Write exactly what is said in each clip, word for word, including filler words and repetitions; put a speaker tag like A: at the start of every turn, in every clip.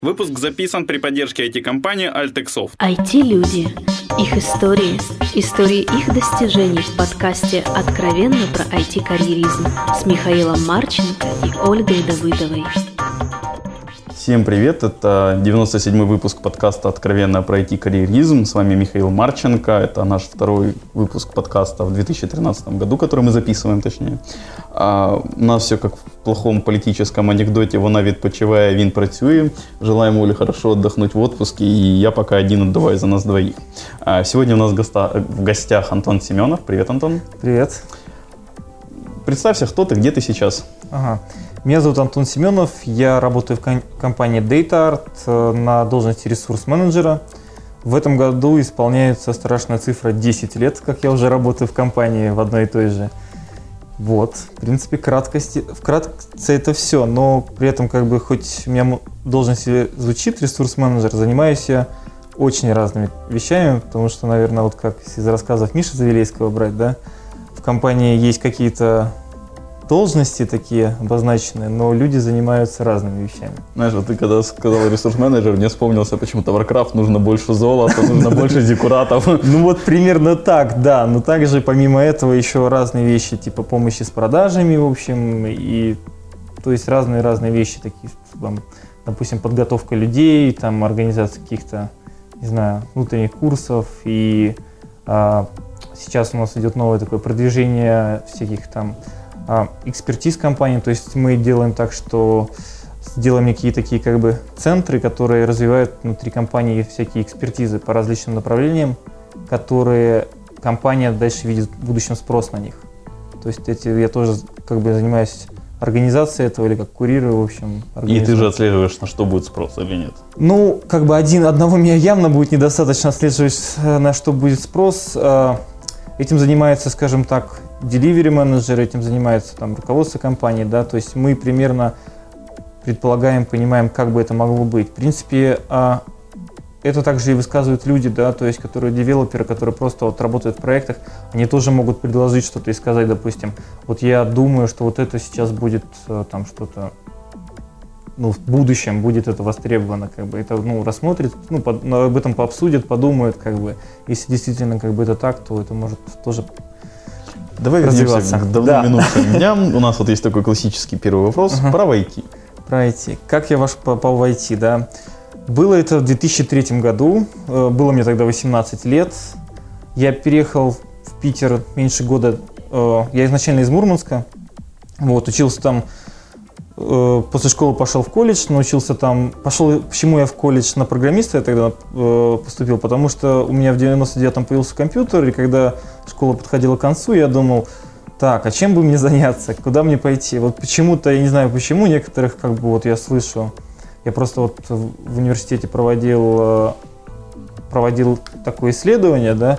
A: Выпуск записан при поддержке ай ти-компании Altexoft.
B: ай ти-люди. Их истории. Истории их достижений в подкасте «Откровенно про ай ти-карьеризм» с Михаилом Марченко и Ольгой Давыдовой.
A: Всем привет, это девяносто седьмой выпуск подкаста «Откровенно про ай ти-карьеризм». С вами Михаил Марченко, это наш второй выпуск подкаста в две тысячи тринадцатом году, который мы записываем, точнее. А у нас все как в плохом политическом анекдоте: вона відпочиває, він працює. Желаем Оле хорошо отдохнуть в отпуске, и я пока один отдуваю за нас двоих. А сегодня у нас госта... в гостях Антон Семенов. Привет, Антон.
C: Привет.
A: Представься, кто ты, где ты сейчас?
C: Ага. Меня зовут Антон Семенов, я работаю в ком- компании DataArt на должности ресурс-менеджера. В этом году исполняется страшная цифра десять лет, как я уже работаю в компании в одной и той же. Вот, в принципе, краткости, вкратце это все, но при этом, как бы, хоть у меня должность звучит ресурс-менеджер, занимаюсь я очень разными вещами, потому что, наверное, вот как из рассказов Миши Завилейского брать, да, в компании есть какие-то должности такие обозначенные, но люди занимаются разными вещами.
A: Знаешь, вот ты когда сказал ресурс-менеджер, мне вспомнился почему-то Warcraft, нужно больше золота, нужно больше декуратов.
C: Ну вот примерно так, да. Но также помимо этого еще разные вещи, типа помощи с продажами, в общем, и то есть разные-разные вещи такие, там, допустим, подготовка людей, там организация каких-то, не знаю, внутренних курсов, и а, сейчас у нас идет новое такое продвижение всяких там экспертиз компании, то есть мы делаем так, что делаем некие такие как бы центры, которые развивают внутри компании всякие экспертизы по различным направлениям, которые компания дальше видит в будущем спрос на них. То есть эти, я тоже как бы занимаюсь организацией этого или как курирую, в общем.
A: И ты же отслеживаешь, на что будет спрос или нет?
C: Ну, как бы один, одного меня явно будет недостаточно отслеживать, на что будет спрос. Этим занимается, скажем так, delivery менеджер, этим занимается там руководство компании, да, то есть мы примерно предполагаем, понимаем, как бы это могло быть. В принципе, это также и высказывают люди, да, то есть которые девелоперы, которые просто вот работают в проектах, они тоже могут предложить что-то и сказать, допустим, вот я думаю, что вот это сейчас будет там что-то, ну, в будущем будет это востребовано, как бы это, ну, рассмотрит, ну, под, ну, об этом пообсудят, подумают, как бы, если действительно как бы это так, то это может тоже
A: Давай
C: развиваться.
A: Вернемся к давно да. минувшим дням. У нас вот есть такой классический первый вопрос uh-huh. про ай ти.
C: Про ай ти. Как я ваш попал в ай ти, да? Было это в две тысячи третьем году, было мне тогда восемнадцать лет. Я переехал в Питер меньше года, я изначально из Мурманска, вот, учился там, после школы пошел в колледж, научился там, пошел, почему я в колледж на программиста я тогда поступил, потому что у меня в девяносто девятом появился компьютер, и когда школа подходила к концу, я думал, так, а чем бы мне заняться, куда мне пойти? Вот почему-то, я не знаю почему, некоторых, как бы, вот я слышу, я просто вот в университете проводил, проводил такое исследование, да,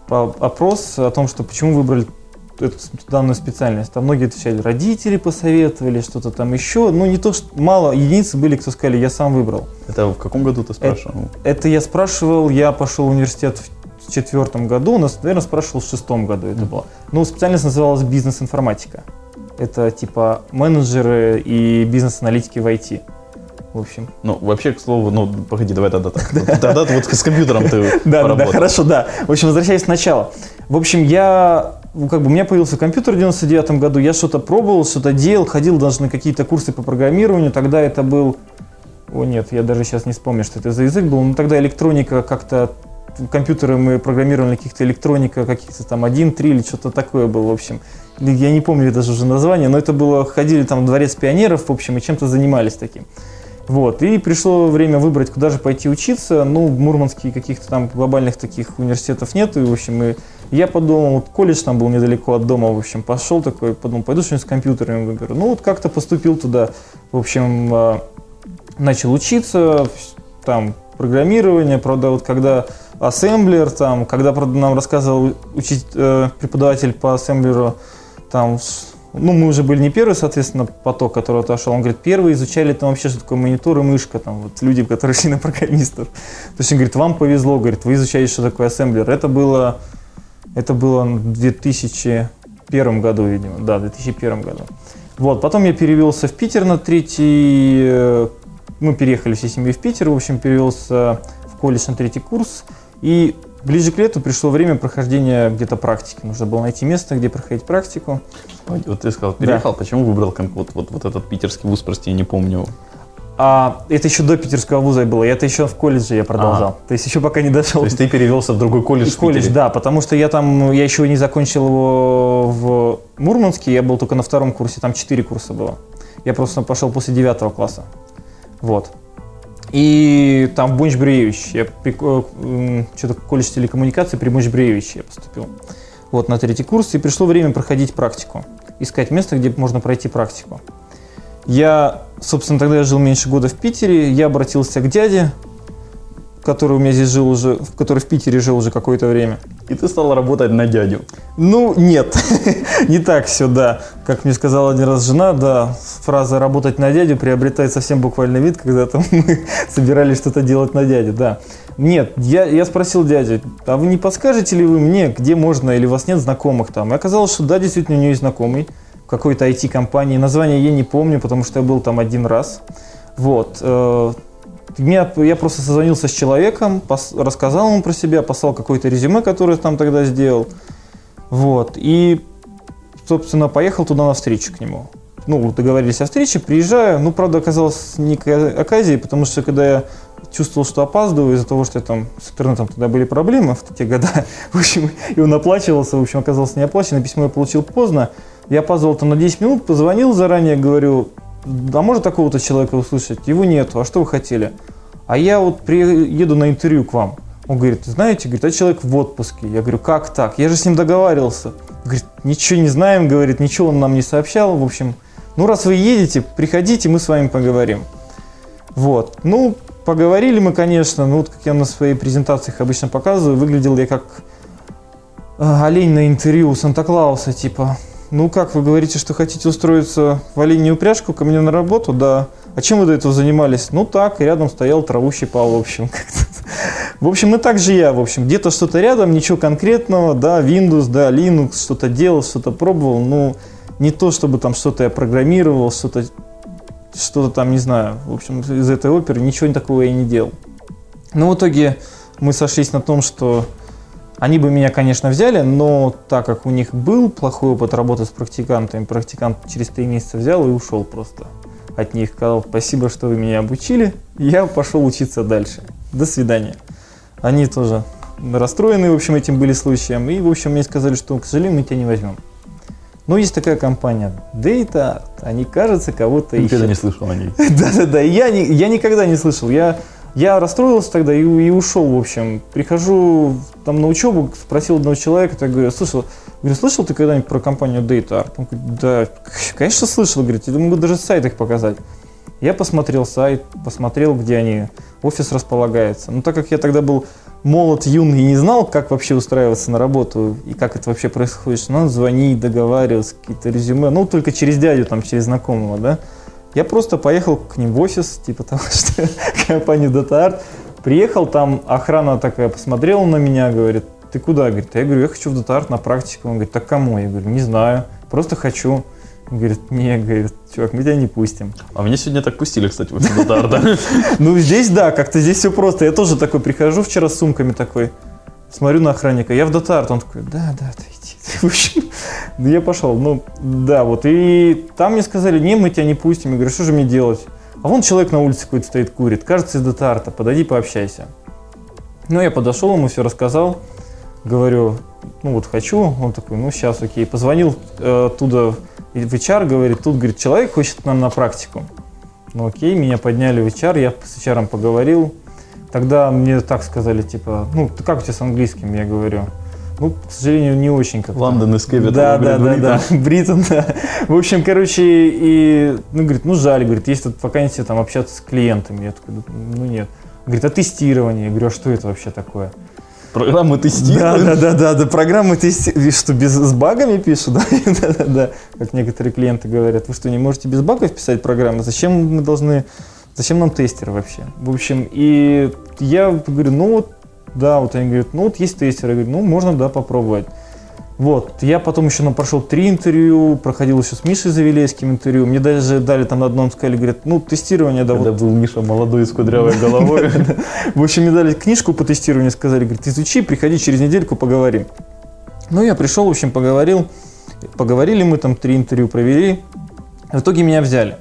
C: опрос о том, что почему выбрали эту данную специальность. Там многие отвечали, родители посоветовали, что-то там еще. Ну, не то, что мало, единицы были, кто сказали, я сам выбрал.
A: Это в каком году ты спрашивал?
C: Это, это я спрашивал, я пошел в университет в четвертом году, но, наверное, спрашивал в шестом году это было. Ну, специальность называлась бизнес-информатика. Это типа менеджеры и бизнес-аналитики в ай ти. В общем.
A: Ну, вообще, к слову, ну, погоди, давай тогда так. Тогда вот с компьютером ты поработал.
C: Да, хорошо, да. В общем, возвращаясь сначала. В общем, я, как бы, у меня появился компьютер в девяносто девятом году, я что-то пробовал, что-то делал, ходил даже на какие-то курсы по программированию. Тогда это был, о нет, я даже сейчас не вспомню, что это за язык был, но тогда электроника как-то, компьютеры мы программировали каких-то электроника, каких-то там один, три или что-то такое было, в общем. Я не помню даже уже название, но это было, ходили там в дворец пионеров, в общем, и чем-то занимались таким. Вот, и пришло время выбрать, куда же пойти учиться. Ну, в Мурманске каких-то там глобальных таких университетов нету, и, в общем, и я подумал, вот колледж там был недалеко от дома, в общем, пошел такой, подумал, пойду что-нибудь с компьютерами выберу. Ну, вот как-то поступил туда, в общем, начал учиться, там, программирование, правда, вот когда ассемблер, там, когда, правда, нам рассказывал учить, э, преподаватель по ассемблеру, там, ну, мы уже были не первый, соответственно, поток, который отошел. Он говорит, первые изучали там вообще, что такое монитор и мышка, там, вот люди, которые шли на программистов. То есть он говорит, вам повезло, говорит, вы изучаете, что такое ассемблер. Это было, это было в две тысячи первом году, видимо, да, в две тысячи первом году. Вот, потом я перевелся в Питер на третий мы переехали всей семьей в Питер, в общем, перевелся в колледж на третий курс, и ближе к лету пришло время прохождения где-то практики. Нужно было найти место, где проходить практику.
A: Вот ты сказал, переехал,
C: да.
A: Почему выбрал вот, вот, вот этот питерский вуз, прости, я не помню.
C: А это еще до питерского вуза было, это еще в колледже я продолжал. А-а-а. То есть еще пока не дошел.
A: То есть ты перевелся в другой колледж в
C: колледж, да, потому что я там, я еще не закончил его в Мурманске, я был только на втором курсе, там четыре курса было. Я просто пошел после девятого класса. Вот. И там в Бонч-Бруевич, я при, э, что-то колледж телекоммуникаций при Бонч-Бруевиче я поступил. Вот на третий курс, и пришло время проходить практику, искать место, где можно пройти практику. Я, собственно, тогда я жил меньше года в Питере, я обратился к дяде, который у меня здесь жил уже, который в Питере жил уже какое-то время.
A: И ты стал работать на дядю?
C: Ну, нет, не так все, да. Как мне сказала один раз жена, да, фраза «работать на дядю» приобретает совсем буквальный вид, когда там мы собирались что-то делать на дядю, да. Нет, я, я спросил дядю, а вы не подскажете ли вы мне, где можно, или у вас нет знакомых там? И оказалось, что да, действительно, у него есть знакомый в какой-то ай ти-компании. Название я не помню, потому что я был там один раз. Вот. Меня, я просто созвонился с человеком, пос, рассказал ему про себя, послал какое-то резюме, которое там тогда сделал. Вот. И, собственно, поехал туда на встречу к нему. Ну, договорились о встрече, приезжаю. Ну, правда, оказалось некой оказией, потому что когда я чувствовал, что опаздываю из-за того, что я там с интернетом тогда были проблемы в те года, в общем, и он оплачивался, в общем, оказался не оплачен, письмо я получил поздно. Я опаздывал там на десять минут, позвонил заранее, говорю, а можно такого-то человека услышать? Его нету, а что вы хотели? А я вот приеду на интервью к вам. Он говорит, знаете, говорит, а человек в отпуске. Я говорю, как так? Я же с ним договаривался. Говорит, ничего не знаем, говорит, ничего он нам не сообщал. В общем, ну раз вы едете, приходите, мы с вами поговорим. Вот, ну, поговорили мы, конечно, ну, вот как я на своих презентациях обычно показываю, выглядел я как олень на интервью у Санта-Клауса, типа... Ну как, вы говорите, что хотите устроиться в оленью упряжку ко мне на работу? Да. А чем вы до этого занимались? Ну так, и рядом стоял, траву щипал, в общем. В общем, и так же я, в общем. Где-то что-то рядом, ничего конкретного, да, Windows, да, Linux, что-то делал, что-то пробовал. Ну, не то, чтобы там что-то я программировал, что-то, что-то там, не знаю. В общем, из этой оперы ничего такого я не делал. Но в итоге мы сошлись на том, что... Они бы меня, конечно, взяли, но так как у них был плохой опыт работы с практикантами, практикант через три месяца взял и ушел просто от них. Сказал, спасибо, что вы меня обучили, я пошел учиться дальше. До свидания. Они тоже расстроены, в общем, этим были случаем. И, в общем, мне сказали, что, к сожалению, мы тебя не возьмем. Но есть такая компания DataArt, они, кажется, кого-то ищут.
A: Никогда не слышал о ней.
C: Да-да-да, я, не, я никогда не слышал. Я... Я расстроился тогда и, и ушел, в общем. Прихожу там на учебу, спросил одного человека, так говорю, слышал, говорю, слышал ты когда-нибудь про компанию DataArt? Он говорит, да, конечно слышал, говорит, я могу даже сайт их показать. Я посмотрел сайт, посмотрел, где они, офис располагается. Но так как я тогда был молод, юный и не знал, как вообще устраиваться на работу и как это вообще происходит, что надо звонить, договариваться, какие-то резюме, ну только через дядю, там, через знакомого, да. Я просто поехал к ним в офис, типа того, что компания DataArt. Приехал, там охрана такая посмотрела на меня, говорит, ты куда? Говорит, я говорю, я хочу в DataArt на практику. Он говорит, так кому? Я говорю, не знаю, просто хочу. Он говорит, не, говорит, чувак, мы тебя не пустим.
A: А меня сегодня так пустили, кстати, в DataArt, да?
C: Ну, здесь, да, как-то здесь все просто. Я тоже такой прихожу вчера с сумками такой, смотрю на охранника, я в DataArt. Он такой, да, да, отойди. В общем, ну я пошел, ну, да, вот, и там мне сказали, не, мы тебя не пустим. Я говорю, что же мне делать? А вон человек на улице какой-то стоит, курит, кажется, из DataArt, подойди, пообщайся. Ну, я подошел, ему все рассказал, говорю, ну, вот хочу, он такой, ну, сейчас, окей. Позвонил э, оттуда в эйч ар, говорит, тут, говорит, человек хочет к нам на практику. Ну, окей, меня подняли в эйч ар, я с эйч ар поговорил. Тогда мне так сказали, типа, ну, ты как у тебя с английским, я говорю. Ну, к сожалению, не очень как-то.
A: Лондон из Кевита.
C: Да, да, да, да, Бриттон, да. В общем, короче, и, ну, говорит, ну, жаль, говорит, есть тут вакансия там общаться с клиентами. Я такой, ну, нет. Говорит, а тестирование? Я говорю, а что это вообще такое?
A: Программы тестирования?
C: Да, да, да, да, да, программы тестирования. Что, без, с багами пишут? Да, да, да, да, как некоторые клиенты говорят. Вы что, не можете без багов писать программы? Зачем мы должны, зачем нам тестеры вообще? В общем, и я говорю, ну, вот, да, вот они говорят, ну вот есть тестер. Я говорю, ну можно, да, попробовать. Вот, я потом еще ну, прошел три интервью, проходил еще с Мишей Завилейским интервью. Мне даже дали там на одном, сказали, говорят, ну, тестирование, да.
A: Когда
C: вот.
A: был Миша молодой с кудрявой головой.
C: В общем, мне дали книжку по тестированию, сказали, говорит, изучи, приходи через недельку, поговорим. Ну, я пришел, в общем, поговорил. Поговорили мы, там три интервью провели. В итоге меня взяли.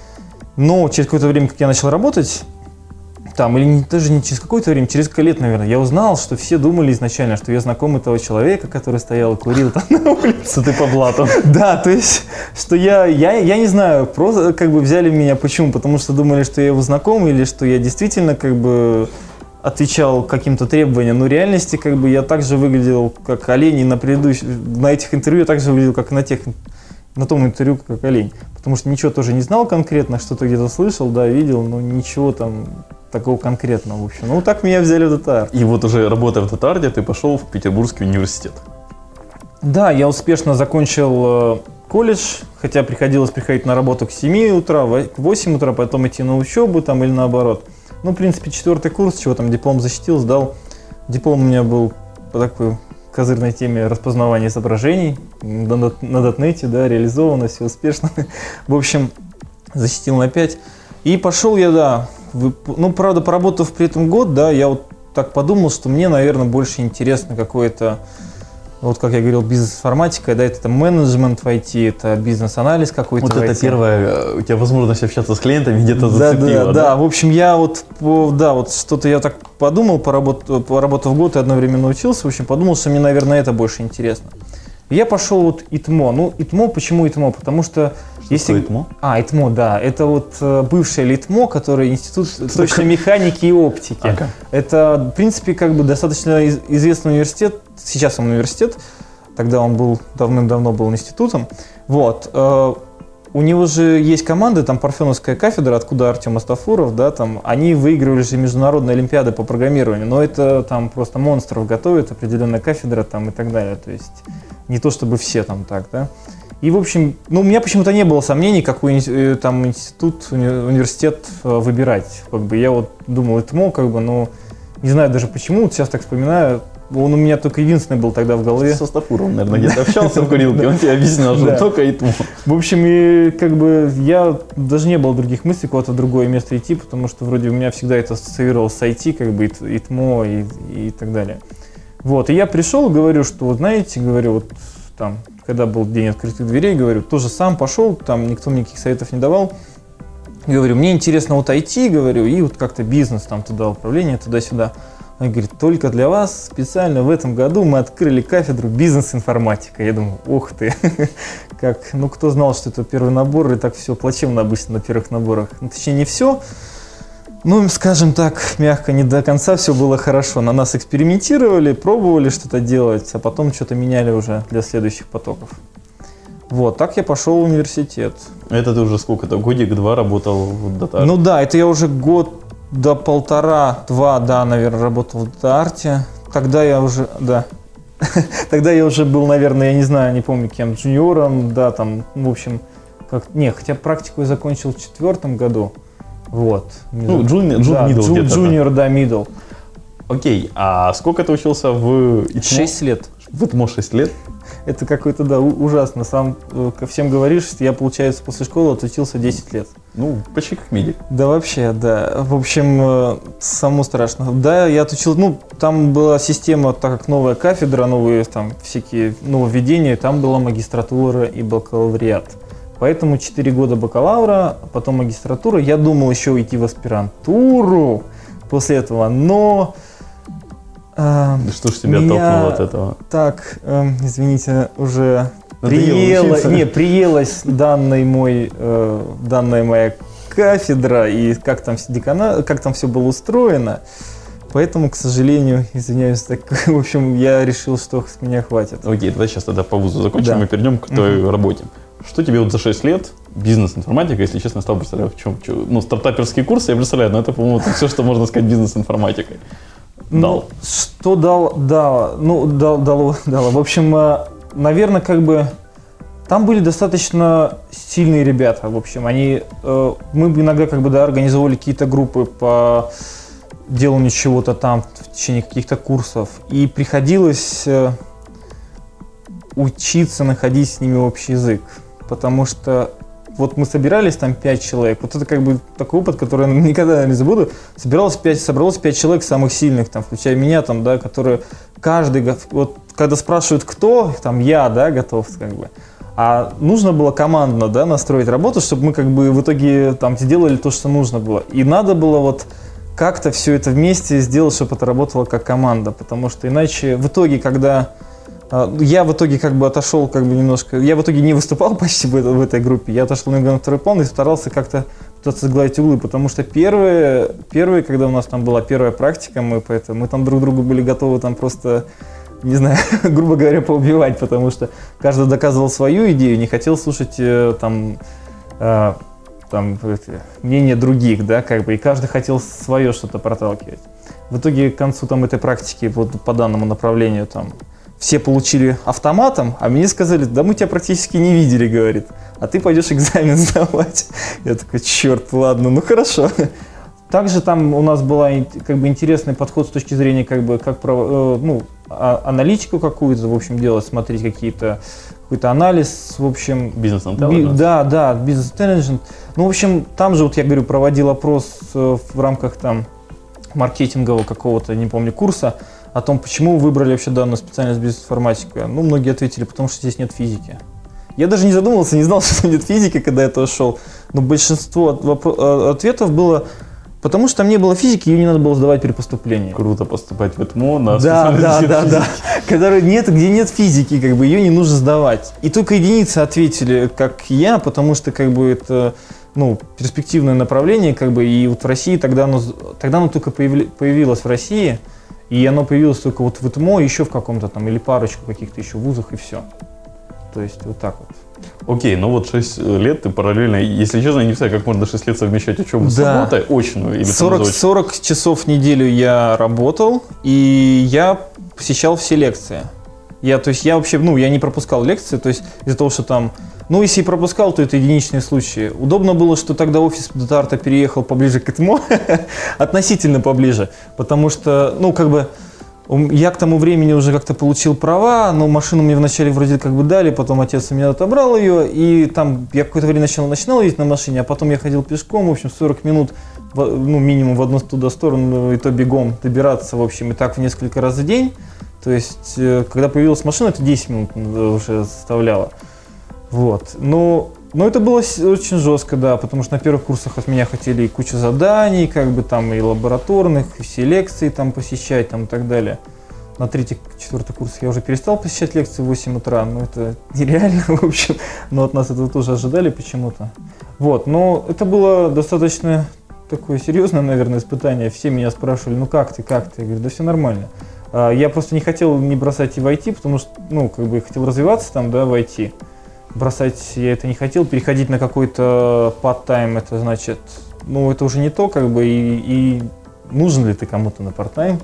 C: Но через какое-то время, как я начал работать, там, или не, даже не через какое-то время, через несколько лет, наверное, я узнал, что все думали изначально, что я знакомый того человека, который стоял и курил там на улице.
A: Ты по блату.
C: Да, то есть, что я, я, я не знаю, просто как бы взяли меня, почему? Потому что думали, что я его знакомый, или что я действительно как бы отвечал каким-то требованиям. Но в реальности как бы я также выглядел как олень, и на предыдущих, на этих интервью я также выглядел, как на тех, на том интервью, как олень. Потому что ничего тоже не знал конкретно, что-то где-то слышал, да, видел, но ничего там такого конкретного, в общем. Ну, так меня взяли в ДТАР.
A: И вот уже работая в ДТАРе, ты пошел в Петербургский университет.
C: Да, я успешно закончил колледж, хотя приходилось приходить на работу к семи утра, к восьми утра, потом идти на учебу там или наоборот. Ну, в принципе, четвертый курс, чего там, диплом защитил, сдал. Диплом у меня был по такой козырной теме распознавания изображений на, на дотнете, да, реализовано, все успешно. В общем, защитил на пять. И пошел я, да, ну, правда, поработав при этом год, да, я вот так подумал, что мне, наверное, больше интересно какое-то, вот как я говорил, бизнес-информатика, да, это менеджмент в ай ти, это бизнес-анализ какой-то.
A: Вот это первая у тебя возможность общаться с клиентами где-то зацепила,
C: да? Да,
A: да?
C: да, в общем, я вот, да, вот что-то я так подумал, поработав, поработав год и одновременно учился, в общем, подумал, что мне, наверное, это больше интересно. И я пошел вот ИТМО. Ну, ИТМО, почему ИТМО? Потому что...
A: Что
C: если...
A: такое ИТМО?
C: А, ИТМО, да. Это вот бывшее ЛИТМО, который Институт точной механики и оптики.
A: Ага.
C: Это, в принципе, как бы достаточно известный университет. Сейчас он университет. Тогда он был, давным-давно был институтом. Вот. У него же есть команды, там Парфеновская кафедра, откуда Артем Астафуров, да, там, они выигрывали же международные олимпиады по программированию, но это там просто монстров готовят, определенная кафедра там и так далее, то есть не то чтобы все там так, да. И, в общем, ну, у меня почему-то не было сомнений, какой там институт, уни- университет выбирать, как бы, я вот думал, ИТМО, как бы, но не знаю даже почему, вот сейчас так вспоминаю. Он у меня только единственный был тогда в голове.
A: Со Астафуровым, наверное, где-то общался в курилке, он тебе объяснял, что только ИТМО.
C: В общем, и как бы я даже не было других мыслей куда-то в другое место идти, потому что вроде у меня всегда это ассоциировалось с ай ти, как бы ИТМО и, и так далее. Вот, и я пришел, говорю, что, вот знаете, говорю, вот там, когда был день открытых дверей, говорю, тоже сам пошел, там никто мне никаких советов не давал. Говорю, мне интересно вот ай ти, говорю, и вот как-то бизнес, там туда управление, туда-сюда. Он говорит, только для вас специально в этом году мы открыли кафедру бизнес-информатика. Я думаю, ух ты, как, ну кто знал, что это первый набор, и так все плачевно обычно на первых наборах. Ну, точнее, не все, ну, скажем так, мягко, не до конца все было хорошо. На нас экспериментировали, пробовали что-то делать, а потом что-то меняли уже для следующих потоков. Вот, так я пошел в университет.
A: Это ты уже сколько-то, годик-два работал в ДТАРе?
C: Ну да, это я уже год... До полтора-два, да, наверное, работал в ДТАРте. Тогда я уже, да, тогда я уже был, наверное, я не знаю, не помню кем, джуниором, да, там, в общем, как, не, хотя практику я закончил в четвертом году, вот.
A: Ну, джуниор, да,
C: джу, джуниор, да, middle.
A: Окей, а сколько ты учился в ИТМО?
C: Шесть лет.
A: В ИТМО шесть лет?
C: Это какой-то, да, ужасно. Сам ко всем говоришь, я, получается, после школы отучился десять лет.
A: Ну, почти как медик.
C: Да, вообще, да. В общем, самому страшно. Да, я отучился, ну, там была система, так как новая кафедра, новые там всякие нововведения, там была магистратура и бакалавриат. Поэтому четыре года бакалавра, потом магистратура. Я думал еще идти в аспирантуру после этого, но... Э,
A: Что ж тебя толкнуло от этого?
C: Так, э, извините, уже приело, не, приелась данный мой, э, данная моя кафедра и как там, декана, как там все было устроено. Поэтому, к сожалению, извиняюсь, так, в общем, я решил, что с меня хватит.
A: Окей, давай сейчас тогда по вузу закончим,
C: да.
A: и перейдем к твоей
C: uh-huh.
A: работе. Что тебе вот за шесть лет бизнес-информатика, если честно, стал представлять в чем? Ну, стартаперские курсы я представляю, но это, по-моему, все, что можно сказать бизнес-информатикой. Дал.
C: Ну, что дал, да, ну, дал, дало, дало. В общем, наверное, как бы там были достаточно сильные ребята, в общем, они, мы иногда как бы, да, организовывали какие-то группы по деланию чего-то там в течение каких-то курсов, и приходилось учиться находить с ними общий язык. Потому что вот мы собирались там пять человек, вот это как бы такой опыт, который я никогда не забуду. Собиралось пять, собралось пять человек самых сильных, там, включая меня, там, да, которые каждый, вот когда спрашивают кто, там я, да, готов, как бы. А нужно было командно, да, настроить работу, чтобы мы как бы в итоге там сделали то, что нужно было. И надо было вот как-то все это вместе сделать, чтобы это работало как команда, потому что иначе в итоге, когда я в итоге как бы отошел как бы немножко, я в итоге не выступал почти в, это, в этой группе, я отошел немного на второй план и старался как-то пытаться сгладить углы, потому что первые, первые, когда у нас там была первая практика, мы, поэтому, мы там друг другу были готовы там просто, не знаю, грубо говоря, поубивать, потому что каждый доказывал свою идею, не хотел слушать там, э, там мнение других, да, как бы, и каждый хотел свое что-то проталкивать. В итоге к концу там этой практики вот по данному направлению там все получили автоматом, а мне сказали, да мы тебя практически не видели, говорит, а ты пойдешь экзамен сдавать. Я такой, черт, ладно, ну хорошо. Также там у нас был как бы интересный подход с точки зрения как бы как э, ну, а, аналитику какую-то, в общем, делать, смотреть какие-то какой-то анализ, в общем.
A: Бизнес-интеллигенс.
C: Би, да, да, бизнес-интеллигенс. Ну, в общем, там же вот я говорю, проводил опрос э, в рамках там маркетингового какого-то, не помню, курса о том, почему вы выбрали вообще данную специальность бизнес-информатика. Ну, многие ответили, потому что здесь нет физики. Я даже не задумывался, не знал, что нет физики, когда я туда шел. Но большинство ответов было, потому что там не было физики, ее не надо было сдавать при поступлении.
A: Круто поступать в ИТМО на
C: да, да,
A: да,
C: да, да. Который нет, где нет физики, как бы ее не нужно сдавать. И только единицы ответили, как я, потому что как бы это ну, перспективное направление, как бы, и вот в России тогда оно, тогда оно только появли, появилось в России. И оно появилось только вот в ИТМО, еще в каком-то там, или парочку каких-то еще вузах, и все. То есть вот так вот.
A: Окей, ну вот шесть лет ты параллельно, если честно, я не знаю, как можно шесть лет совмещать учебу с
C: да.
A: работой, очную или
C: сорок, сорок часов в неделю я работал, и я посещал все лекции. Я, то есть я вообще, ну, я не пропускал лекции, то есть из-за того, что там, ну, если и пропускал, то это единичные случаи. Удобно было, что тогда офис Датарта переехал поближе к ИТМО, относительно поближе, потому что, ну, как бы, я к тому времени уже как-то получил права, но машину мне вначале вроде как бы дали, потом отец у меня отобрал ее, и там я какое-то время начал, начинал ездить на машине, а потом я ходил пешком, в общем, сорок минут, ну, минимум в одну туда сторону, и то бегом добираться, в общем, и так в несколько раз в день. То есть, когда появилась машина, это десять минут уже составляло. Вот. Но, но это было очень жестко, да, потому что на первых курсах от меня хотели и кучу заданий, как бы там и лабораторных, и все лекции там посещать, там и так далее. На третий, четвертый курс я уже перестал посещать лекции в восемь утра, но это нереально, в общем, но от нас этого тоже ожидали почему-то. Вот, но это было достаточно такое серьезное, наверное, испытание. Все меня спрашивали, ну как ты, как ты? Я говорю, да все нормально. Я просто не хотел не бросать и в ай ти, потому что, ну, как бы хотел развиваться там, да, в ай ти. Бросать я это не хотел, переходить на какой-то part-time, это значит, ну, это уже не то, как бы, и, и нужен ли ты кому-то на part-time.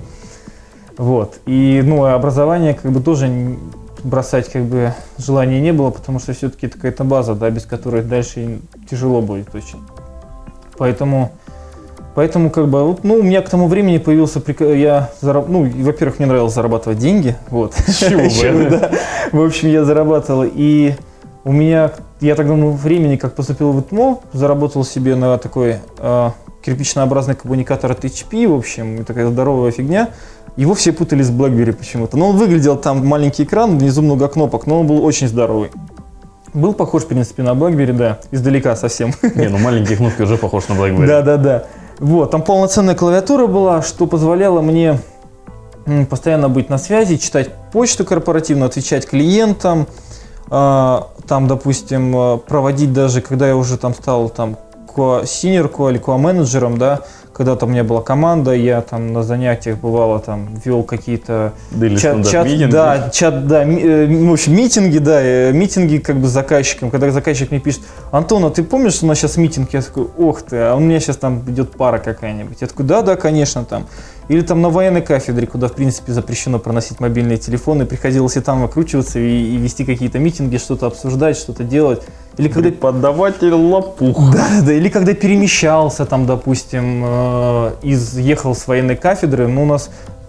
C: Вот, и, ну, образование, как бы, тоже бросать, как бы, желания не было, потому что все-таки это какая-то база, да, без которой дальше тяжело будет очень. Поэтому... Поэтому, как бы, ну, у меня к тому времени появился, я, зараб... ну, во-первых, мне нравилось зарабатывать деньги, вот.
A: Чего бы,
C: да. В общем, я зарабатывал, и у меня, я тогда ну, времени, как поступил в ИТМО, заработал себе на такой э, кирпичнообразный коммуникатор от эйч пи, в общем, такая здоровая фигня. Его все путали с BlackBerry почему-то. Но он выглядел, там маленький экран, внизу много кнопок, но он был очень здоровый. Был похож, в принципе, на BlackBerry, да, издалека совсем.
A: Не, ну маленькие кнопки уже похож на BlackBerry.
C: Да-да-да. Вот, там полноценная клавиатура была, что позволяло мне постоянно быть на связи, читать почту корпоративную, отвечать клиентам, э, там, допустим, проводить даже, когда я уже там стал там синьор или куа-менеджером, да, когда-то у меня была команда, я там на занятиях бывало там вел какие-то чат, чат, да, чат, да, ми, э, в общем, митинги, да, э, митинги как бы с заказчиком, когда заказчик мне пишет: Антон, а ты помнишь, что у нас сейчас митинг? Я такой, ох ты, а у меня сейчас там идет пара какая-нибудь. Я такой, да, да, конечно, там. Или там на военной кафедре, куда, в принципе, запрещено проносить мобильные телефоны, приходилось и там выкручиваться и, и вести какие-то митинги, что-то обсуждать, что-то делать. Или когда...
A: Преподаватель лопух.
C: Да, да, или когда перемещался, там, допустим, э, из, ехал с военной кафедры, ну, у нас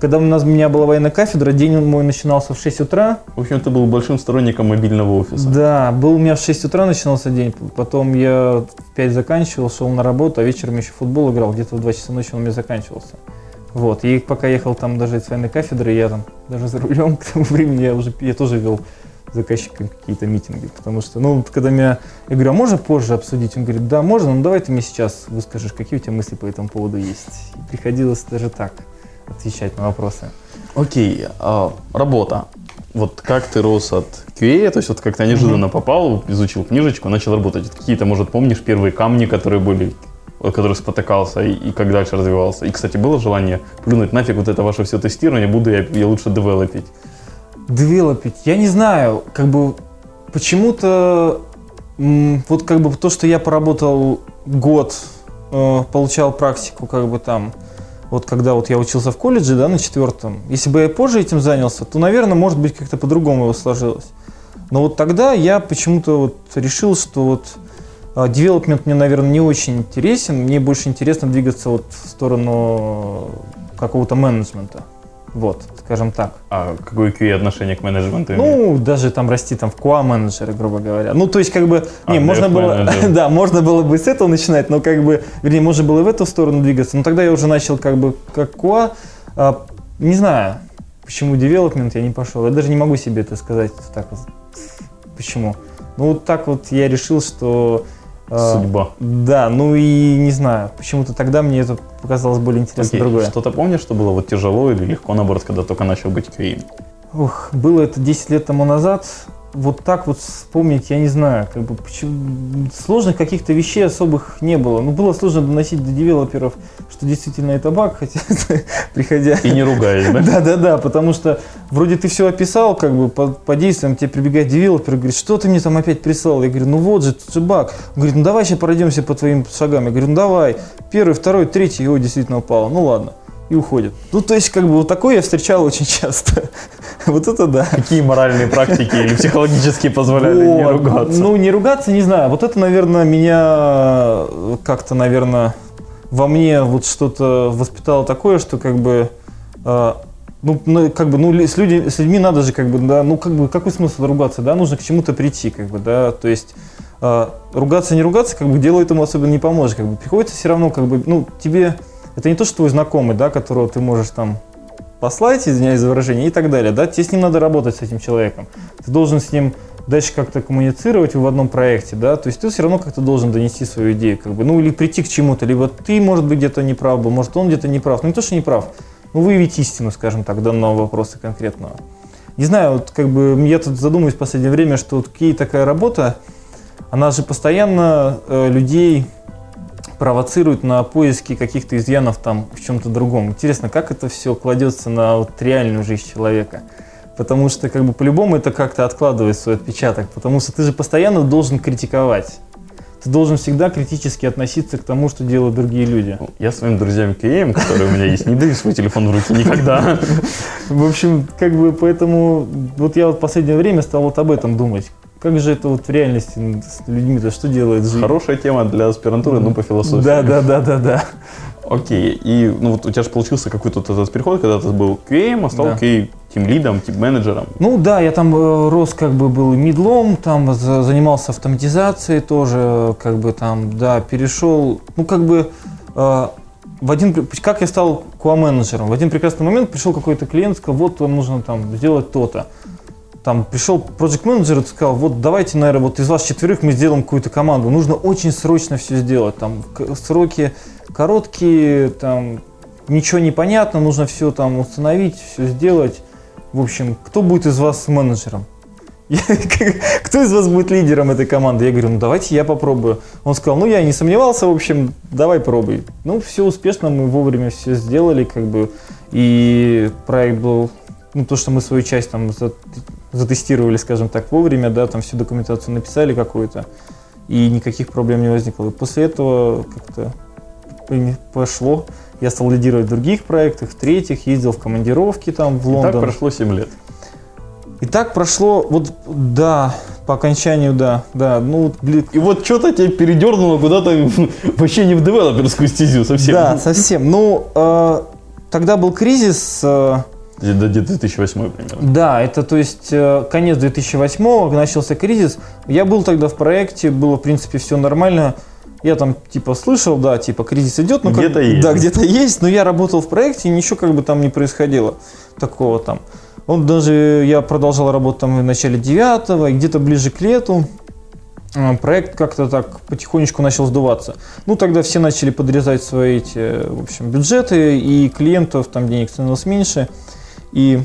C: когда у нас, у меня была военная кафедра, день мой начинался в шесть утра.
A: В общем, ты был большим сторонником мобильного офиса.
C: Да, был у меня в шесть утра начинался день, потом я в пять заканчивал, шел на работу, а вечером еще в футбол играл, где-то в два часа ночи он у меня заканчивался. Вот, и пока ехал там даже с военной кафедры, я там даже за рулем к тому времени я уже, я тоже вел с заказчиком какие-то митинги, потому что, ну, когда меня, я говорю, а можно позже обсудить? Он говорит, да, можно, но давай ты мне сейчас выскажешь, какие у тебя мысли по этому поводу есть. И приходилось даже так отвечать на вопросы.
A: Окей, а, работа. Вот как ты рос от кью эй, то есть вот как-то неожиданно mm-hmm. попал, изучил книжечку, начал работать. Какие-то, может, помнишь первые камни, которые были, от которых спотыкался, и, и как дальше развивался? И, кстати, было желание плюнуть нафиг вот это ваше все тестирование, буду я, я лучше девелопить?
C: Девелопить? Я не знаю, как бы почему-то м, вот как бы то, что я поработал год, э, получал практику как бы там, вот когда вот я учился в колледже, да, на четвертом, если бы я позже этим занялся, то, наверное, может быть, как-то по-другому его сложилось. Но вот тогда я почему-то вот решил, что вот девелопмент мне, наверное, не очень интересен, мне больше интересно двигаться вот в сторону какого-то менеджмента. Вот, скажем так.
A: А какое кью эй отношение к менеджменту
C: Ну,
A: имеет?
C: даже там расти там в кью эй-менеджеры, грубо говоря. Ну, то есть, как бы,
A: А,
C: не, можно было, да, можно было бы с этого начинать, но как бы, вернее, можно было в эту сторону двигаться. Но тогда я уже начал как бы как кью эй. А, не знаю, почему девелопмент я не пошел. Я даже не могу себе это сказать так вот. Почему? Ну, вот так вот я решил, что...
A: Судьба.
C: А, да, ну и не знаю, почему-то тогда мне это показалось более интересно.
A: Окей.
C: Другое.
A: Что-то помнишь, что было вот тяжело или легко, наоборот, когда только начал быть кью эй?
C: Ух, было это десять лет тому назад. Вот так вот вспомнить, я не знаю, как бы почему... сложных каких-то вещей особых не было. Ну, было сложно доносить до девелоперов, что действительно это баг, хотя приходя...
A: И не ругаясь, да?
C: Да-да-да, потому что вроде ты все описал, как бы по, по действиям тебе прибегает девелопер и говорит, что ты мне там опять прислал? Я говорю, ну вот же, тут же баг. Он говорит, ну давай сейчас пройдемся по твоим шагам. Я говорю, ну давай. Первый, второй, третий, его действительно упало. Ну ладно. И уходит. Ну, то есть, как бы, вот такое я встречал очень часто. Вот это да.
A: Какие моральные практики или психологические позволяли не ругаться?
C: Ну, не ругаться, не знаю. Вот это, наверное, меня как-то, наверное, во мне вот что-то воспитало такое, что как бы, э, ну, как бы, ну, с, люди, с людьми надо же, как бы, да, ну, как бы, какой смысл ругаться, да, нужно к чему-то прийти, как бы, да, то есть, э, ругаться, не ругаться, как бы, делу этому особенно не поможет, как бы, приходится все равно, как бы, ну, тебе... Это не то, что твой знакомый, да, которого ты можешь там послать, извиняюсь за выражение, и так далее, да, тебе с ним надо работать, с этим человеком. Ты должен с ним дальше как-то коммуницировать в одном проекте, да, то есть ты все равно как-то должен донести свою идею, как бы, ну, или прийти к чему-то, либо ты, может быть, где-то не прав был, может, он где-то не прав, ну, не то, что не прав, ну, выявить истину, скажем так, данного вопроса конкретного. Не знаю, вот, как бы, я тут задумываюсь в последнее время, что вот какие такая работа, она же постоянно э, людей... провоцирует на поиски каких-то изъянов там в чем-то другом. Интересно, как это все кладется на вот реальную жизнь человека. Потому что как бы по-любому это как-то откладывает свой отпечаток. Потому что ты же постоянно должен критиковать. Ты должен всегда критически относиться к тому, что делают другие люди.
A: Я своим друзьям кью эй, которые у меня есть, не даю свой телефон в руки никогда.
C: В общем, как бы поэтому вот я вот в последнее время стал вот об этом думать. Как же это вот в реальности с людьми-то, что делает жизнь?
A: Хорошая тема для аспирантуры, ну, по философии.
C: Да, да, да, да, да.
A: Окей, и ну вот у тебя же получился какой-то этот переход, когда ты был кью эй, а стал
C: да.
A: кью эй тимлидом, тим-менеджером.
C: Ну да, я там э, рос, как бы был мидлом, там за, занимался автоматизацией тоже, как бы там, да, перешел, ну как бы, э, в один, как я стал кью эй-менеджером, в один прекрасный момент пришел какой-то клиент, сказал, вот вам нужно там сделать то-то. Там пришел проект-менеджер и сказал, вот давайте, наверное, вот из вас четверых мы сделаем какую-то команду. Нужно очень срочно все сделать. Там сроки короткие, там ничего не понятно, нужно все там установить, все сделать. В общем, кто будет из вас менеджером? Кто из вас будет лидером этой команды? Я говорю, ну давайте я попробую. Он сказал, ну я не сомневался, в общем, давай пробуй. Ну все успешно, мы вовремя все сделали, как бы, и проект был, ну то, что мы свою часть там затестировали, скажем так, вовремя, да, там всю документацию написали какую-то, и никаких проблем не возникло. И после этого как-то пошло. Я стал лидировать в других проектах, в третьих, ездил в командировки там в Лондон.
A: И так прошло семь лет.
C: И так прошло, вот, да, по окончанию, да, да, ну...
A: И вот что-то тебя передернуло куда-то вообще не в девелоперскую стезю совсем.
C: Да, совсем. Ну, э, тогда был кризис.
A: До две тысячи восьмого примерно.
C: Да, это то есть конец две тысячи восьмого, начался кризис. Я был тогда в проекте, было в принципе все нормально. Я там типа слышал, да, типа кризис идет, но
A: где-то
C: как,
A: есть.
C: Да, где-то есть, но я работал в проекте, и ничего как бы там не происходило такого там. Он даже, я продолжал работать там в начале девятого, и где-то ближе к лету проект как-то так потихонечку начал сдуваться. Ну, тогда все начали подрезать свои эти, в общем, бюджеты, и клиентов там денег становилось меньше. И,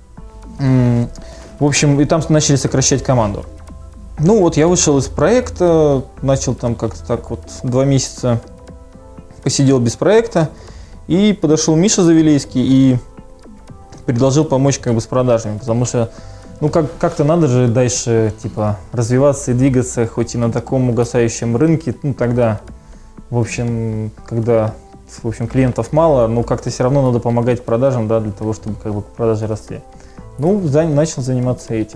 C: в общем, и там начали сокращать команду. Ну, вот я вышел из проекта, начал там как-то так вот два месяца посидел без проекта, и подошел Миша Завилейский и предложил помочь как бы с продажами, потому что, ну, как- как-то надо же дальше, типа, развиваться и двигаться, хоть и на таком угасающем рынке, ну, тогда, в общем, когда, в общем, клиентов мало, но как-то все равно надо помогать продажам, да, для того, чтобы как бы продажи росли. Ну, за- начал заниматься этим.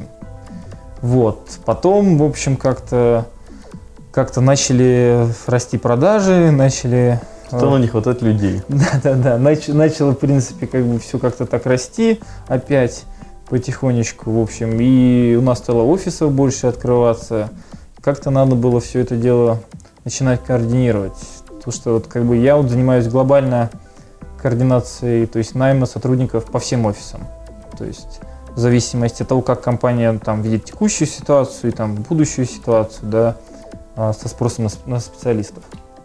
C: Вот. Потом, в общем, как-то, как-то начали расти продажи, начали...
A: Стало не хватать людей.
C: Да-да-да, Нач- начало, в принципе, как бы все как-то так расти опять потихонечку, в общем, и у нас стало офисов больше открываться. Как-то надо было все это дело начинать координировать. Потому что вот как бы я вот занимаюсь глобально координацией, то есть найма сотрудников по всем офисам. То есть в зависимости от того, как компания там видит текущую ситуацию и там будущую ситуацию, да, а, со спросом на, сп- на специалистов.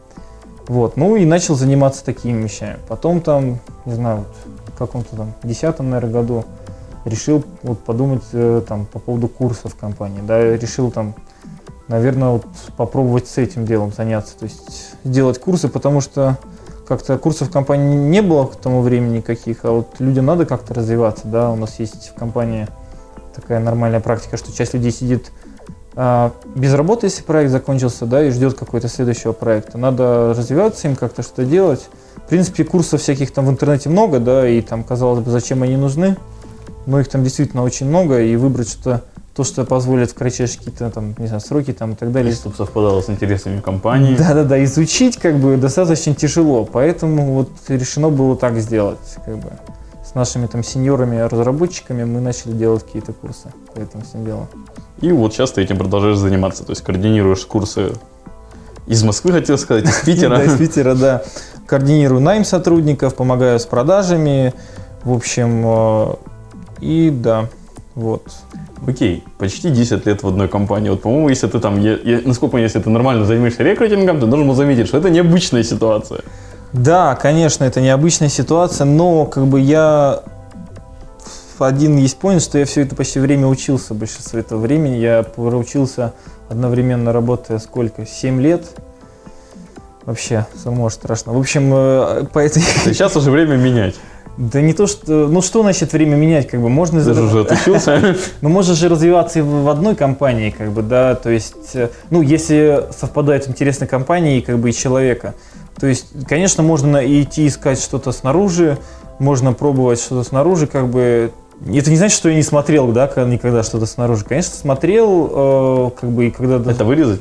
C: Вот, ну и начал заниматься такими вещами. Потом там, не знаю, вот в каком-то там десятом, наверное, году решил вот подумать э, там по поводу курсов компании, да, решил там, наверное, вот попробовать с этим делом заняться, то есть сделать курсы, потому что как-то курсов в компании не было к тому времени никаких, а вот людям надо как-то развиваться, да, у нас есть в компании такая нормальная практика, что часть людей сидит а, без работы, если проект закончился, да, и ждет какой-то следующего проекта. Надо развиваться им, как-то что-то делать. В принципе, курсов всяких там в интернете много, да, и там, казалось бы, зачем они нужны, но их там действительно очень много, и выбрать что-то, то, что позволит в кратчайшие какие-то там, не знаю, сроки там и так далее.
A: Чтобы совпадало с интересами компании.
C: Да-да-да, изучить как бы достаточно тяжело, поэтому вот решено было так сделать, как бы. С нашими там сеньорами-разработчиками мы начали делать какие-то курсы по этому всем делу.
A: И вот сейчас ты этим продолжаешь заниматься, то есть координируешь курсы из Москвы, хотел сказать, из Питера.
C: Да, из Питера, да. Координирую найм сотрудников, помогаю с продажами, в общем, и да, вот.
A: Окей, почти десять лет в одной компании. Вот, по-моему, если ты там, я, я, насколько если ты нормально занимаешься рекрутингом, ты должен был заметить, что это необычная ситуация.
C: Да, конечно, это необычная ситуация, но как бы я один есть point, что я все это почти время учился, большинство этого времени. Я проучился одновременно, работая сколько? семь лет. Вообще, самому страшно. В общем, по этой...
A: Сейчас уже время менять.
C: Да не то, что... Ну, что значит время менять, как бы, можно...
A: Ты же уже отучился.
C: Ну, можешь же развиваться и в одной компании, как бы, да, то есть, ну, если совпадают интересные компании, как бы, и человека. То есть, конечно, можно идти искать что-то снаружи, можно пробовать что-то снаружи, как бы... Это не значит, что я не смотрел, да, никогда что-то снаружи. Конечно, смотрел, э, как бы, и когда...
A: Это вырезать?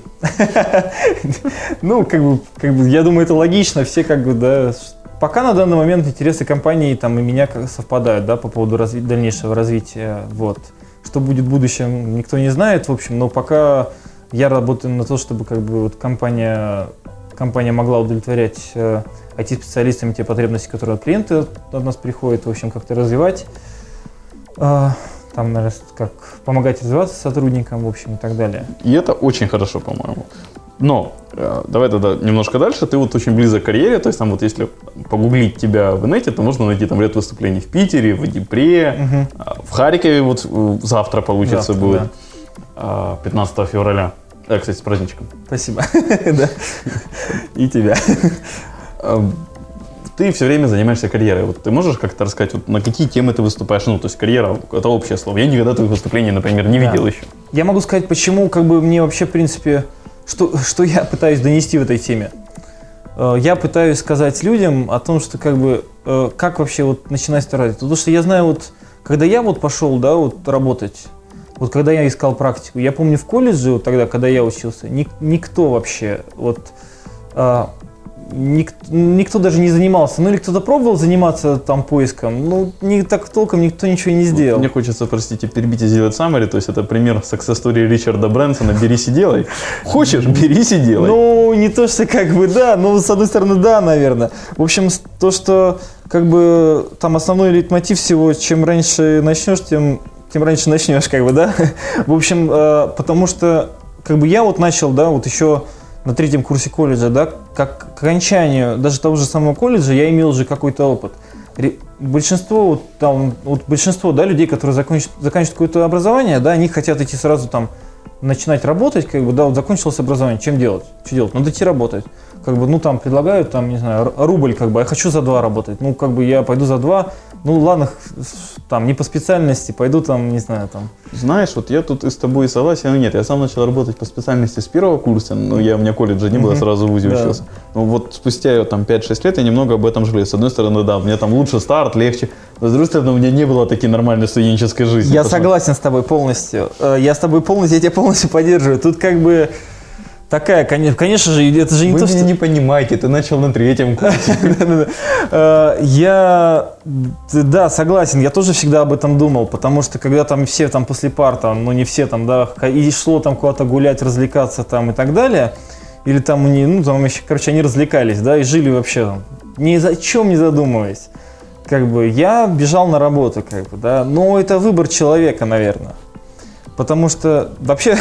C: Ну, как бы, как бы, я думаю, это логично, все, как бы, да... Пока на данный момент интересы компании там, и меня совпадают, да, по поводу разви- дальнейшего развития. Вот. Что будет в будущем, никто не знает, в общем, но пока я работаю на то, чтобы как бы, вот, компания, компания могла удовлетворять э, ай ти-специалистам те потребности, которые от клиента от нас приходят, в общем, как-то развивать, э, там, наверное, как помогать развиваться сотрудникам, в общем, и так далее.
A: И это очень хорошо, по-моему. Но э, давай тогда немножко дальше. Ты вот очень близок к карьере, то есть там вот если погуглить тебя в инете, то можно найти там ряд выступлений в Питере, в Днепре,
C: Угу.
A: в Харькове вот э, завтра получится
C: Завтра,
A: будет,
C: да.
A: э, пятнадцатого февраля. Э, кстати, с праздничком.
C: Спасибо. Да. И тебя.
A: Э, Ты все время занимаешься карьерой. Вот ты можешь как-то рассказать, вот на какие темы ты выступаешь? Ну, то есть карьера – это общее слово. Я никогда твоих выступлений, например, не видел
C: Да.
A: еще.
C: Я могу сказать, почему как бы мне вообще, в принципе, что, что я пытаюсь донести в этой теме. Э, Я пытаюсь сказать людям о том, что как бы, э, как вообще вот начинать стараться. Потому что я знаю, вот, когда я вот пошел, да, вот работать, вот когда я искал практику, я помню в колледже, вот тогда, когда я учился, ник- никто вообще, вот, э, ник, никто даже не занимался. Ну или кто-то пробовал заниматься там поиском, ну не так толком никто ничего не сделал.
A: Мне хочется, простите, перебить и сделать summary, то есть это пример success story Ричарда Брэнсона «Берись и делай». Хочешь, берись и делай.
C: Ну, не то, что как бы да, но с одной стороны да, наверное. В общем, то, что как бы там основной лейтмотив всего, чем раньше начнешь, тем, тем раньше начнешь, как бы, да. В общем, э, потому что как бы я вот начал, да, вот еще на третьем курсе колледжа, да, как к окончанию даже того же самого колледжа я имел уже какой-то опыт. Большинство, вот, там, вот большинство, да, людей, которые закончат, заканчивают какое-то образование, да, они хотят идти сразу там начинать работать, как бы, да, вот закончилось образование, чем делать? Что делать? Надо идти работать. Как бы, ну, там, предлагают, там, не знаю, рубль, как бы, я хочу за два работать. Ну, как бы, я пойду за два, ну, ладно, там, не по специальности, пойду, там, не знаю, там.
A: Знаешь, вот я тут и с тобой согласен, нет, я сам начал работать по специальности с первого курса, но я, у меня колледжа не было, сразу в ВУЗе
C: да.
A: учился. Но вот спустя, там, пять-шесть лет я немного об этом жалею. С одной стороны, да, у меня там лучше старт, легче, но с другой стороны, у меня не было такой нормальной студенческой жизни.
C: Я согласен с тобой полностью, я с тобой полностью, я тебя полностью поддерживаю. Тут, как бы, такая, конечно же, это же не
A: Вы
C: то,
A: меня
C: что...
A: не понимаете, ты начал на третьем курсе.
C: Я, да, согласен, я тоже всегда об этом думал, потому что когда там все там после пар, там, ну не все там, да, и шло там куда-то гулять, развлекаться там и так далее, или там они, ну там еще, короче, они развлекались, да, и жили вообще там, ни за чем не задумываясь. Как бы я бежал на работу, как бы, да, но это выбор человека, наверное. Потому что вообще,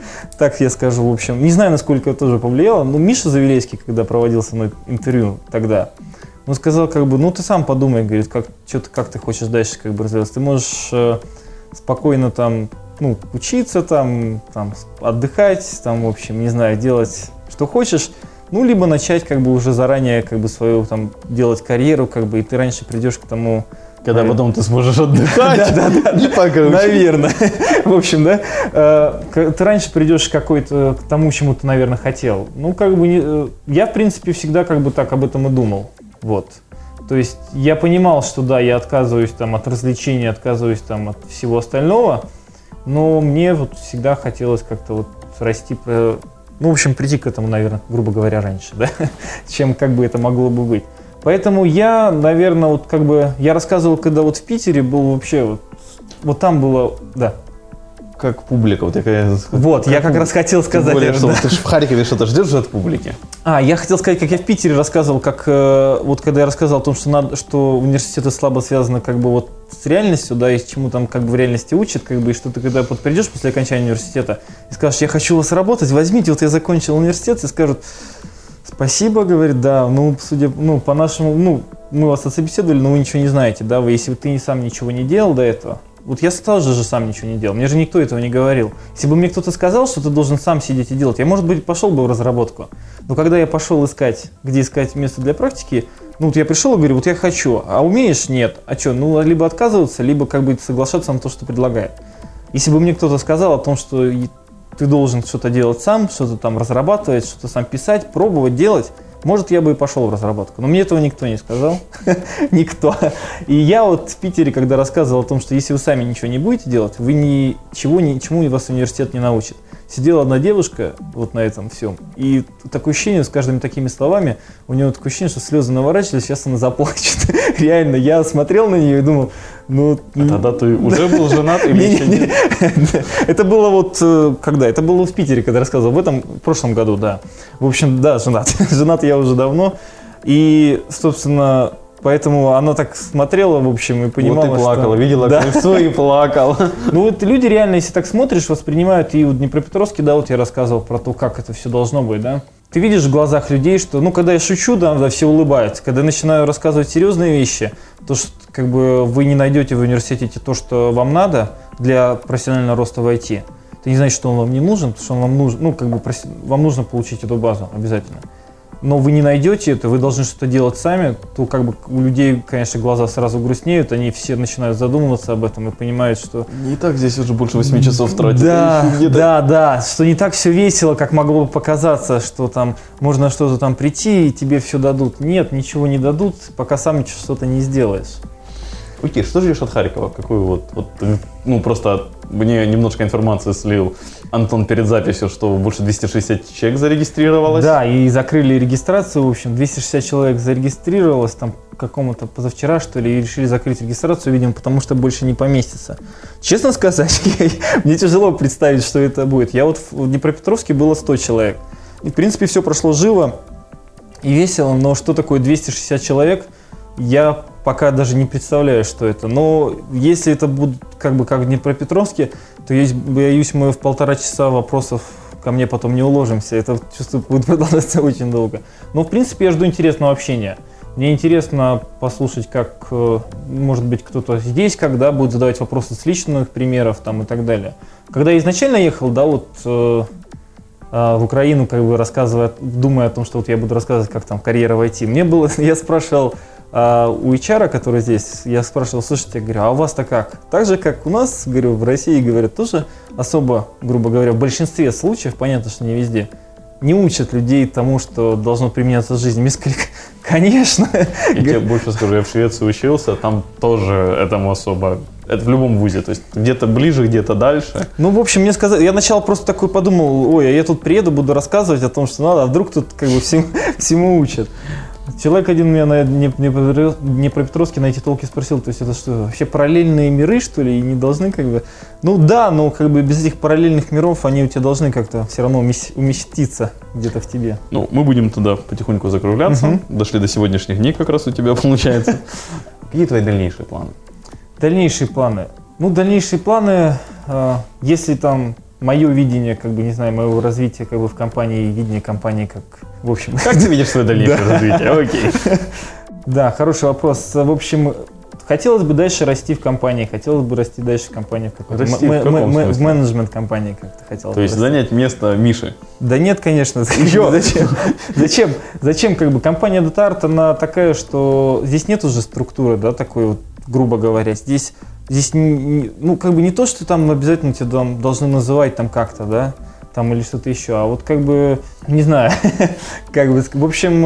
C: так я скажу, в общем, не знаю, насколько это тоже повлияло, но Миша Завилейский, когда проводил со мной интервью тогда, он сказал, как бы, ну ты сам подумай, говорит, как, что ты, как ты хочешь дальше как бы развиваться. Ты можешь э, спокойно там, ну, учиться там, там, отдыхать, там, в общем, не знаю, делать, что хочешь, ну, либо начать как бы уже заранее как бы свою там делать карьеру, как бы, и ты раньше придешь к тому.
A: Когда потом ты сможешь отдыхать.
C: Да, да, да. Наверное. В общем, да. Ты раньше придешь к какой-то, к тому, чему ты, наверное, хотел. Ну, как бы, не, я, в принципе, всегда как бы так об этом и думал. Вот. То есть я понимал, что да, я отказываюсь там от развлечений, отказываюсь там от всего остального, но мне вот всегда хотелось как-то вот расти, ну, в общем, прийти к этому, наверное, грубо говоря, раньше, да, чем как бы это могло бы быть. Поэтому я, наверное, вот как бы, я рассказывал, когда вот в Питере был вообще, вот, вот там было, да.
A: Как публика, вот я как,
C: Вот, как я как раз хотел сказать.
A: Более,
C: это,
A: что,
C: да.
A: Ты же в Харькове что-то ждешь от публики?
C: А, я хотел сказать, как я в Питере рассказывал, как э, вот когда я рассказывал о том, что, надо, что университеты слабо связаны как бы вот с реальностью, да, и чему там как бы в реальности учат, как бы, и что ты когда вот придешь после окончания университета и скажешь, я хочу у вас работать, возьмите, вот я закончил университет, и скажут, спасибо, говорит, да, ну, судя, ну, по нашему, ну, мы вас отсобеседовали, но вы ничего не знаете, да, вы, если ты сам ничего не делал до этого, вот я тоже же сам ничего не делал, мне же никто этого не говорил. Если бы мне кто-то сказал, что ты должен сам сидеть и делать, я, может быть, пошел бы в разработку, но когда я пошел искать, где искать место для практики, ну, вот я пришел и говорю, вот я хочу, а умеешь? Нет. А что, ну, либо отказываться, либо как бы соглашаться на то, что предлагает. Если бы мне кто-то сказал о том, что ты должен что-то делать сам, что-то там разрабатывать, что-то сам писать, пробовать, делать, может, я бы и пошел в разработку. Но мне этого никто не сказал. Никто. И я вот в Питере, когда рассказывал о том, что если вы сами ничего не будете делать, вы ничего, ничему вас университет не научит. Сидела одна девушка вот на этом всем, и такое ощущение, с каждыми такими словами, у нее такое ощущение, что слезы наворачивались, сейчас она заплачет. Реально, я смотрел на нее и думал, ну...
A: А тогда ты уже был женат или еще нет?
C: Это было вот, когда? Это было в Питере, когда рассказывал, в этом, в прошлом году, да. В общем, да, женат. Женат я уже давно. И, собственно, поэтому она так смотрела, в общем, и понимала,
A: вот и плакала,
C: что...
A: видела
C: да.
A: кольцо и плакала.
C: Ну вот люди реально, если так смотришь, воспринимают, и в Днепропетровске, да, вот я рассказывал про то, как это все должно быть, да. Ты видишь в глазах людей, что, ну, когда я шучу, да, да, все улыбаются. Когда я начинаю рассказывать серьезные вещи, то, что, как бы, вы не найдете в университете то, что вам надо для профессионального роста в ай ти. Это не значит, что он вам не нужен, потому что он вам нужен, ну, как бы, вам нужно получить эту базу обязательно. Но вы не найдете это, вы должны что-то делать сами, то как бы у людей, конечно, глаза сразу грустнеют, они все начинают задумываться об этом и понимают, что...
A: Не так здесь уже больше восьми часов тратить.
C: Да, да, да, что не так все весело, как могло бы показаться, что там можно что-то там прийти и тебе все дадут. Нет, ничего не дадут, пока сам что-то не сделаешь.
A: Окей, что ждешь от Харькова? Какую вот, вот, ну просто мне немножко информации слил Антон перед записью, что больше двести шестьдесят человек зарегистрировалось.
C: Да, и закрыли регистрацию, в общем, двести шестьдесят человек зарегистрировалось, там какому-то позавчера, что ли, и решили закрыть регистрацию, видимо, потому что больше не поместится. Честно сказать, мне тяжело представить, что это будет. Я вот в Днепропетровске было сто человек. И, в принципе, все прошло живо и весело, но что такое двести шестьдесят человек, я пока даже не представляю, что это. Но если это будет как бы как в Днепропетровске, то я боюсь, мы в полтора часа вопросов ко мне потом не уложимся. Это, чувствую, будет продолжаться очень долго. Но, в принципе, я жду интересного общения. Мне интересно послушать, как, может быть, кто-то здесь, когда будет задавать вопросы с личных примеров там, и так далее. Когда я изначально ехал, да, вот э, э, в Украину, как бы рассказывая, думая о том, что вот я буду рассказывать, как там карьера в ай ти, мне было, я спрашивал э, у эйч ар, который здесь, я спрашивал, слушайте, я говорю, а у вас-то как? Так же, как у нас, говорю, в России, говорят, тоже особо, грубо говоря, в большинстве случаев, понятно, что не везде, не учат людей тому, что должно применяться в жизни. Мискаль, конечно.
A: Я тебе больше скажу, я в Швеции учился, там тоже этому особо, это в любом вузе, то есть где-то ближе, где-то дальше.
C: Ну, в общем, мне сказали, я сначала просто такой подумал, ой, а я тут приеду, буду рассказывать о том, что надо, а вдруг тут как бы всему, всему учат. Человек один меня на Днепропетровске на эти толки спросил, то есть это что, вообще параллельные миры, что ли, и не должны как бы... Ну да, но как бы без этих параллельных миров они у тебя должны как-то все равно уместиться где-то в тебе.
A: Ну, мы будем туда потихоньку закругляться. Угу. Дошли до сегодняшних дней как раз у тебя получается. Какие твои дальнейшие планы?
C: Дальнейшие планы? Ну, дальнейшие планы, если там... Мое видение, как бы, не знаю, моего развития как бы в компании, видение компании, как, в общем...
A: Как ты видишь свое дальнейшее развитие? Окей.
C: Да, хороший вопрос. В общем, хотелось бы дальше расти в компании, хотелось бы расти дальше в компании. В менеджмент компании как-то хотелось бы.
A: То есть занять место Миши?
C: Да нет, конечно. Зачем? Зачем? Зачем? Как бы компания DataArt, она такая, что здесь нет уже структуры, да, такой вот, грубо говоря. Здесь... Здесь, ну, как бы не то, что там обязательно тебя там должны называть там как-то, да, там или что-то еще, а вот как бы, не знаю, как бы, в общем,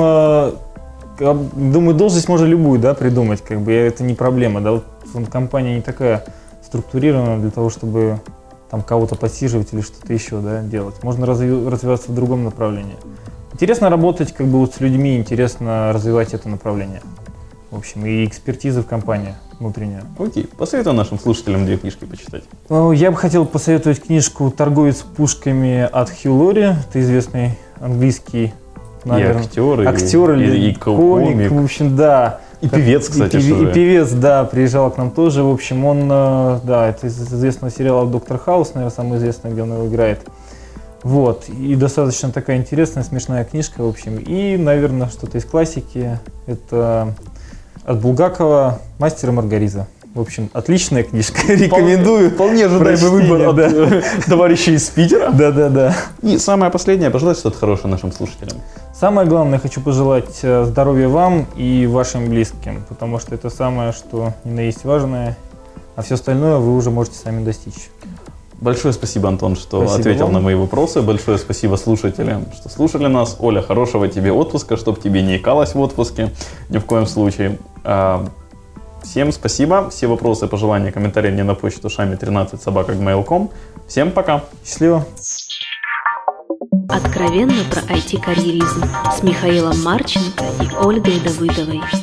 C: думаю, должность можно любую, да, придумать, как бы, это не проблема, да, вот компания не такая структурирована для того, чтобы там кого-то подсиживать или что-то еще, да, делать. Можно разви- развиваться в другом направлении. Интересно работать, как бы, вот с людьми, интересно развивать это направление. В общем, и экспертиза в компании внутренняя.
A: Окей, посоветуй нашим слушателям две книжки почитать.
C: Я бы хотел посоветовать книжку «Торговец пушками» от Хью Лори. Это известный английский, наверное,
A: и актер,
C: актер
A: и,
C: или
A: и, и комик.
C: В общем, да.
A: И певец, кстати.
C: И, и, и певец, да, приезжал к нам тоже. В общем, он, да, это из известного сериала «Доктор Хаус», наверное, самый известный, где он его играет. Вот, и достаточно такая интересная, смешная книжка, в общем. И, наверное, что-то из классики. Это... От Булгакова «Мастер и Маргарита». В общем, отличная книжка. Рекомендую.
A: Вполне ожидаемый выбор от да. товарища из Питера.
C: Да-да-да.
A: И самое последнее, пожелать что-то хорошее нашим слушателям.
C: Самое главное, хочу пожелать здоровья вам и вашим близким, потому что это самое, что ни на есть важное, а все остальное вы уже можете сами достичь.
A: Большое спасибо, Антон, что
C: спасибо
A: ответил
C: вам.
A: на мои вопросы. Большое спасибо слушателям, что слушали нас. Оля, хорошего тебе отпуска, чтобы тебе не икалось в отпуске. Ни в коем случае. Всем спасибо. Все вопросы, пожелания, комментарии мне на почту шами тринадцать собака джи мейл точка ком. Всем пока.
C: Счастливо.
B: Откровенно про ай ти-карьеризм с Михаилом Марченко и Ольгой Давыдовой.